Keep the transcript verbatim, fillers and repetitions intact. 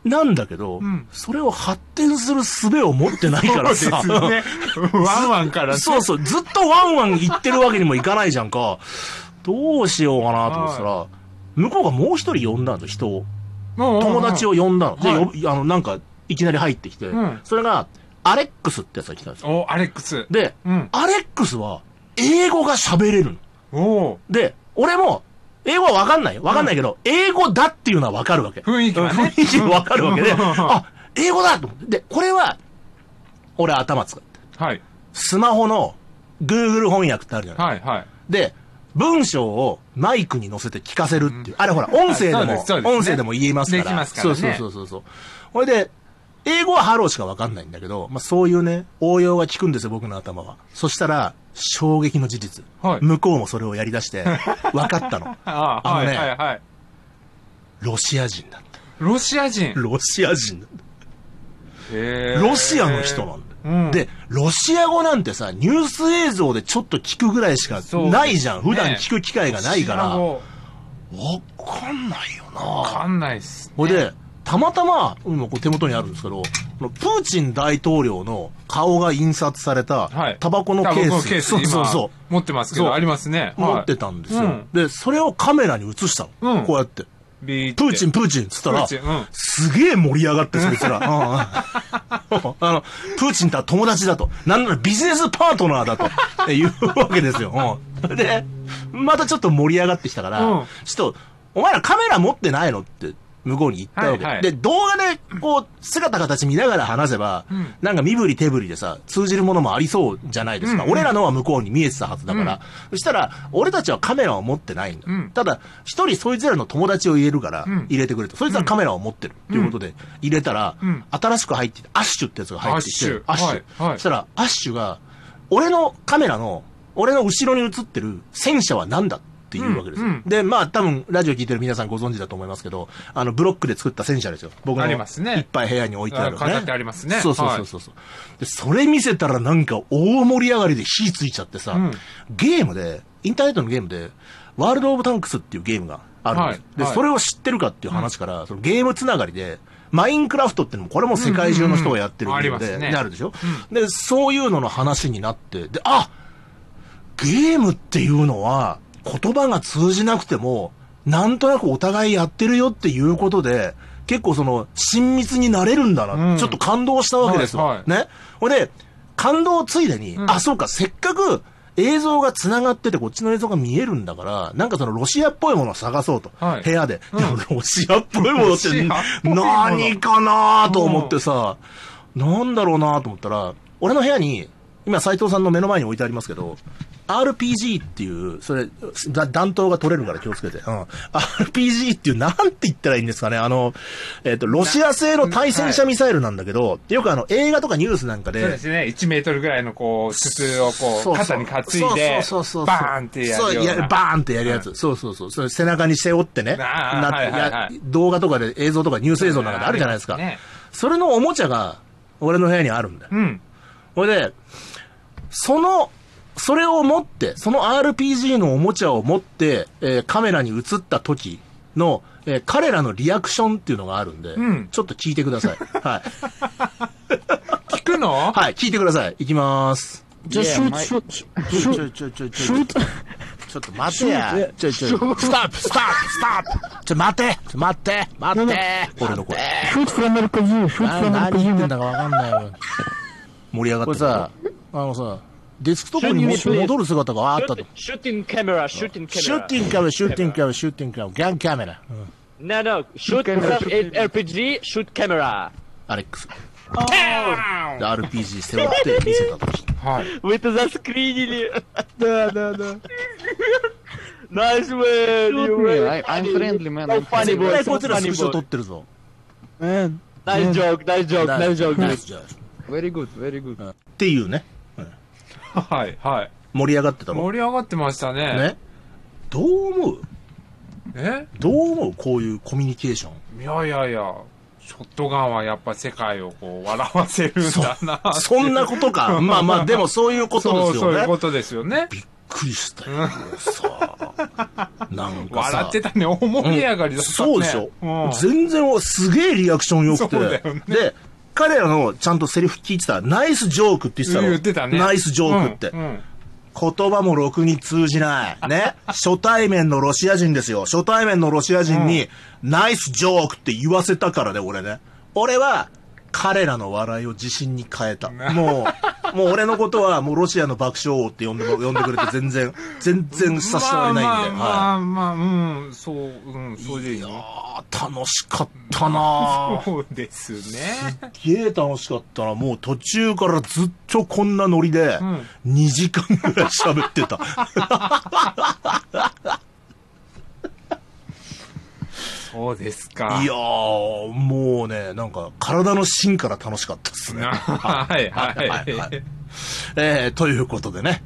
なんだけど、うん、それを発展する術を持ってないからさ。 そうですね。ワンワンからね。 そうそう。ずっとワンワン言ってるわけにもいかないじゃんか。どうしようかなと思ってたら、向こうがもう一人呼んだんですよ、人を。友達を呼んだの。で、はい、あの、なんか、いきなり入ってきて、うん、それが、アレックスってやつが来たんですよ。 お、アレックス。 で、うん、アレックスは、英語が喋れるの。 おで、俺も、英語はわかんないよ。わかんないけど、うん、英語だっていうのはわかるわけ。 雰囲気はね。 雰囲気もわかるわけで、あ、英語だと思って。で、これは、俺頭使って。 はい。 スマホの Google 翻訳ってあるじゃない。 はいはい。 で、文章をマイクに乗せて聞かせるっていう。うん、あれほら、音声でも、でね、音声でも言えますから。 できますからね。 そうそうそうそう。これで、英語はハローしかわかんないんだけど、まあそういうね、応用が効くんですよ、僕の頭は。そしたら、衝撃の事実。はい、向こうもそれをやり出して、分かったの。 ああ、あのね、はいはいはい、 ロシア人だった。 ロシア人ロシア人だった。 へロシアの人なんだ。うん、で、ロシア語なんてさ、ニュース映像でちょっと聞くぐらいしかないじゃん。ね、普段聞く機会がないから。わかんないよな。 わかんないっす、ね。 ほいで、たまたま、今手元にあるんですけど、プーチン大統領の顔が印刷された、タバコのケース。タバコのケース。 そうそうそう。持ってますけど、ありますね。 持ってたんですよ。うん、で、それをカメラに映したの。うん、こうやって。プーチン、プーチンっつったら、うん、すげえ盛り上がって、そいつら。あの、プーチンとは友達だと。なんならビジネスパートナーだと。いうわけですよ。うん、で、またちょっと盛り上がってきたから、うん、ちょっと、お前らカメラ持ってないのって向こうに言ったわけ。はいはい、で、動画で、こう、姿形見ながら話せば、うん、なんか身振り手振りでさ、通じるものもありそうじゃないですか。うんうん、俺らのは向こうに見えてたはずだから。うん、そしたら、俺たちはカメラを持ってないんだ。うん、ただ、一人そいつらの友達を入れるから、入れてくれと。そいつはカメラを持ってる。ということで、入れたら、うん、新しく入ってきて、アッシュってやつが入ってきて、アッシュ。アッシュ。はいはい、そしたら、アッシュが、俺のカメラの、俺の後ろに映ってる戦車は何だっていうわけですよ。うんうん、で、まあ多分、ラジオ聞いてる皆さんご存知だと思いますけど、あの、ブロックで作った戦車ですよ。僕のいっぱい部屋に置いてあるね。 飾ってありますね。 そうそうそうそう。はい、で、それ見せたらなんか大盛り上がりで火ついちゃってさ、うん、ゲームで、インターネットのゲームで、ワールドオブタンクスっていうゲームがあるんです。はい、で、はい、それを知ってるかっていう話から、うん、そのゲームつながりで、マインクラフトってのも、これも世界中の人がやってるゲームで、なるでしょ、うん、で、そういうのの話になって、で、あゲームっていうのは、言葉が通じなくても、なんとなくお互いやってるよっていうことで、結構その、親密になれるんだな、うん、ちょっと感動したわけですよ。はいはい、ね。ほんで、感動ついでに、うん、あ、そうか、せっかく映像が繋がってて、こっちの映像が見えるんだから、なんかそのロシアっぽいものを探そうと。はい、部屋で。うん、でもロシアっぽいものって何かなと思ってさ、なんだろうなと思ったら、俺の部屋に、今斉藤さんの目の前に置いてありますけど、アールピージー っていう、それ、弾頭が取れるから気をつけて。うん。アールピージー っていう、なんて言ったらいいんですかね。あの、えっと、ロシア製の対戦車ミサイルなんだけど、はい、よくあの、映画とかニュースなんかで。 そうですね。いちメートルぐらいのこう、筒をこう、肩に担いで、そうそうそう。バーンってやる。そう、やバーンってやるやつ。はい、そうそうそう。それ背中に背負ってね。なはいはいはい、動画とかで映像とかニュース映像なんかであるじゃないですか。ね、それのおもちゃが、俺の部屋にあるんだよ。うん。これで、その、それを持って、その アールピージー のおもちゃを持って、えー、カメラに映った時の、えー、彼らのリアクションっていうのがあるんで、うん、ちょっと聞いてください。はい。 聞くの？ はい、聞いてください。いきまーす。 じゃあ、シュート、シュート、シュート、シュート、 シュート、シュート。ちょっと待てや。ちょいちょい。ストップ、ストップ、ストップ。ちょ、待て、待って、待って。俺の声。 シュートフラメルカジー、シュートフラメルカジー。 何言ってんだかわかんないよ。盛り上がってる。これさ、あのさ、デスクトップに戻る姿があったと。 シューティングカメラ、シューティングカメラ。 シューティングカメラ、シューティングカメラ、シューティングカメラ、ガンカメラ。 No, no, shootアールピージー, shoot camera. アレックス。アールピージー 背負って見せたとき。 はい。Вы это заскринили. Да, да, да. Nice man. I'm friendly man. So funny boy. こいつらスクショ撮ってるぞ。 Man. Nice joke, nice joke, nice joke. Nice joke. Very good, very good. っていうね。 はい、はい。 盛り上がってたの？ 盛り上がってましたね。 ね。どう思う？ え？ どう思う？こういうコミュニケーション。 いやいやいや、ショットガンはやっぱ世界をこう笑わせるんだな。 そ、そんなことか。まあまあ、でもそういうことですよね。 そう、そういうことですよね。 びっくりしたよ。さなんかさ。 笑ってたね。大盛り上がりだったね。 そうでしょ。うん、全然すげえリアクション良くて。 そうだよね。 で、彼らのちゃんとセリフ聞いてたら、ナイスジョークって言ってたの。 言ってたね。 ナイスジョークって。うんうん言葉もろくに通じない。ね。初対面のロシア人ですよ。初対面のロシア人に、ナイスジョークって言わせたからね、俺ね。俺は、彼らの笑いを自信に変えた。もう、もう俺のことは、もうロシアの爆笑王って呼んで、呼んでくれて全然、全然差し障りないんで。 まあまあ、はい、まあ、うん、そう、うん、それでいいの。 いやー、楽しかったなそうですね。すっげー楽しかったな。もう途中からずっとこんなノリで、にじかんぐらい喋ってた。 そうですか。 いやー、もうね、なんか、体の芯から楽しかったですね。 はい、はい、はい。 えー、ということでね。